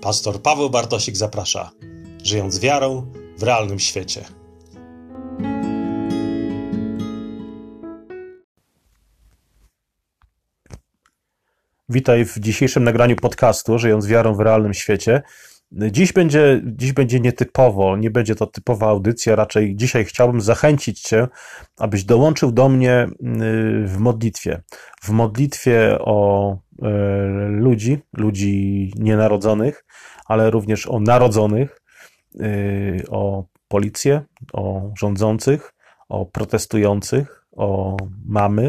Pastor Paweł Bartosik zaprasza, żyjąc wiarą w realnym świecie. Witaj w dzisiejszym nagraniu podcastu Żyjąc wiarą w realnym świecie. Dziś będzie nietypowo, nie będzie to typowa audycja, raczej dzisiaj chciałbym zachęcić Cię, abyś dołączył do mnie w modlitwie. W modlitwie o ludzi nienarodzonych, ale również o narodzonych, o policję, o rządzących, o protestujących, o mamy,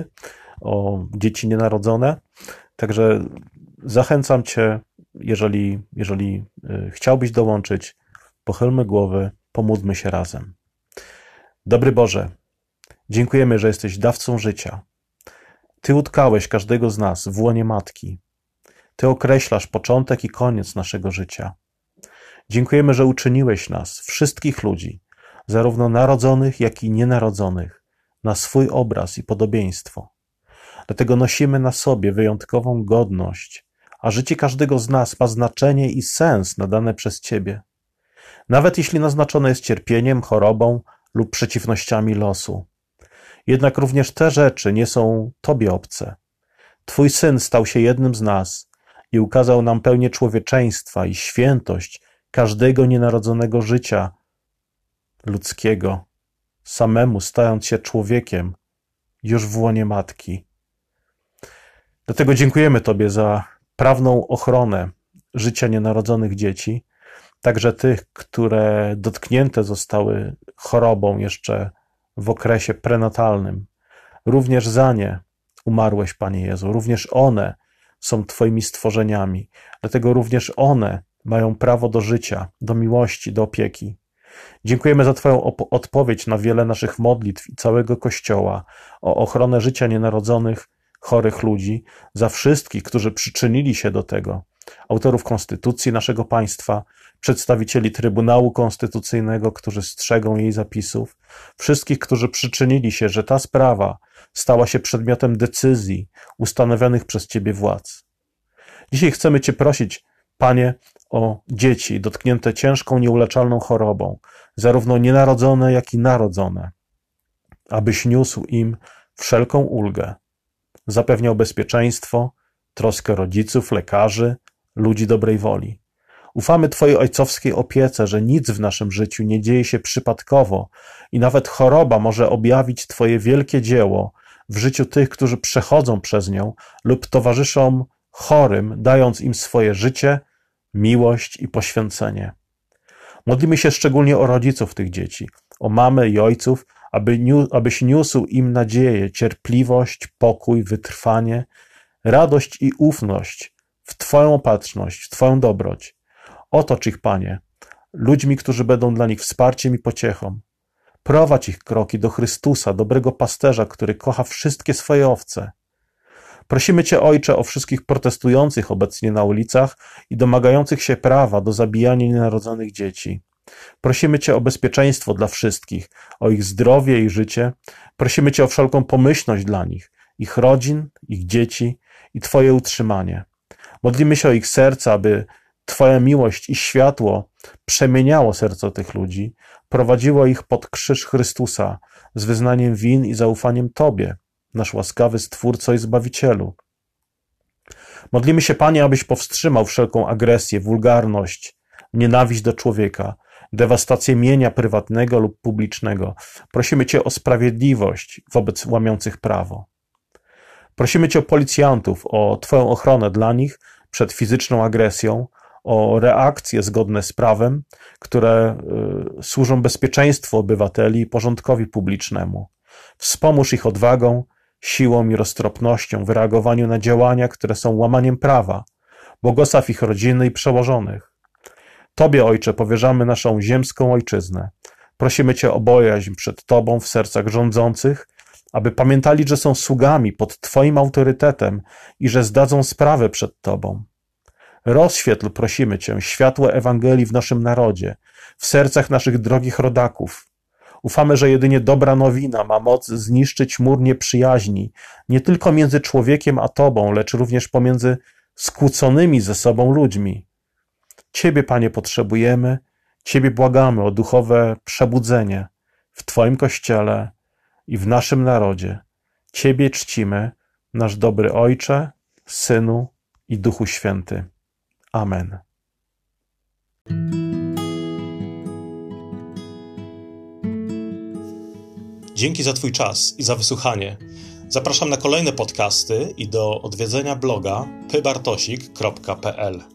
o dzieci nienarodzone. Także zachęcam Cię, jeżeli chciałbyś dołączyć, pochylmy głowy, pomódlmy się razem. Dobry Boże, dziękujemy, że jesteś dawcą życia. Ty utkałeś każdego z nas w łonie Matki. Ty określasz początek i koniec naszego życia. Dziękujemy, że uczyniłeś nas, wszystkich ludzi, zarówno narodzonych, jak i nienarodzonych, na swój obraz i podobieństwo. Dlatego nosimy na sobie wyjątkową godność, a życie każdego z nas ma znaczenie i sens nadane przez Ciebie. Nawet jeśli naznaczone jest cierpieniem, chorobą lub przeciwnościami losu. Jednak również te rzeczy nie są Tobie obce. Twój Syn stał się jednym z nas i ukazał nam pełnię człowieczeństwa i świętość każdego nienarodzonego życia ludzkiego, samemu stając się człowiekiem już w łonie Matki. Dlatego dziękujemy Tobie za prawną ochronę życia nienarodzonych dzieci, także tych, które dotknięte zostały chorobą jeszcze w okresie prenatalnym. Również za nie umarłeś, Panie Jezu. Również one są Twoimi stworzeniami. Dlatego również one mają prawo do życia, do miłości, do opieki. Dziękujemy za Twoją odpowiedź na wiele naszych modlitw i całego Kościoła o ochronę życia nienarodzonych, chorych ludzi, za wszystkich, którzy przyczynili się do tego, autorów konstytucji naszego państwa, przedstawicieli Trybunału Konstytucyjnego, którzy strzegą jej zapisów, wszystkich, którzy przyczynili się, że ta sprawa stała się przedmiotem decyzji ustanowionych przez Ciebie władz. Dzisiaj chcemy Cię prosić, Panie, o dzieci dotknięte ciężką, nieuleczalną chorobą, zarówno nienarodzone, jak i narodzone, abyś niósł im wszelką ulgę, zapewniał bezpieczeństwo, troskę rodziców, lekarzy, ludzi dobrej woli. Ufamy Twojej ojcowskiej opiece, że nic w naszym życiu nie dzieje się przypadkowo i nawet choroba może objawić Twoje wielkie dzieło w życiu tych, którzy przechodzą przez nią lub towarzyszą chorym, dając im swoje życie, miłość i poświęcenie. Modlimy się szczególnie o rodziców tych dzieci, o mamy i ojców, abyś niósł im nadzieję, cierpliwość, pokój, wytrwanie, radość i ufność w Twoją opatrzność, w Twoją dobroć. Otocz ich, Panie, ludźmi, którzy będą dla nich wsparciem i pociechą. Prowadź ich kroki do Chrystusa, dobrego pasterza, który kocha wszystkie swoje owce. Prosimy Cię, Ojcze, o wszystkich protestujących obecnie na ulicach i domagających się prawa do zabijania nienarodzonych dzieci. Prosimy Cię o bezpieczeństwo dla wszystkich, o ich zdrowie i życie. Prosimy Cię o wszelką pomyślność dla nich, ich rodzin, ich dzieci i Twoje utrzymanie. Modlimy się o ich serca, aby Twoja miłość i światło przemieniało serce tych ludzi, prowadziło ich pod krzyż Chrystusa z wyznaniem win i zaufaniem Tobie, nasz łaskawy Stwórco i Zbawicielu. Modlimy się, Panie, abyś powstrzymał wszelką agresję, wulgarność, nienawiść do człowieka, dewastację mienia prywatnego lub publicznego. Prosimy Cię o sprawiedliwość wobec łamiących prawo. Prosimy Cię o policjantów, o Twoją ochronę dla nich przed fizyczną agresją, o reakcje zgodne z prawem, które służą bezpieczeństwu obywateli i porządkowi publicznemu. Wspomóż ich odwagą, siłą i roztropnością w reagowaniu na działania, które są łamaniem prawa. Błogosław ich rodziny i przełożonych. Tobie, Ojcze, powierzamy naszą ziemską ojczyznę. Prosimy Cię o bojaźń przed Tobą w sercach rządzących, aby pamiętali, że są sługami pod Twoim autorytetem i że zdadzą sprawę przed Tobą. Rozświetl, prosimy Cię, światło Ewangelii w naszym narodzie, w sercach naszych drogich rodaków. Ufamy, że jedynie dobra nowina ma moc zniszczyć mur nieprzyjaźni, nie tylko między człowiekiem a Tobą, lecz również pomiędzy skłóconymi ze sobą ludźmi. Ciebie, Panie, potrzebujemy, Ciebie błagamy o duchowe przebudzenie w Twoim Kościele i w naszym narodzie. Ciebie czcimy, nasz dobry Ojcze, Synu i Duchu Święty. Amen. Dzięki za Twój czas i za wysłuchanie. Zapraszam na kolejne podcasty i do odwiedzenia bloga pybartosik.pl.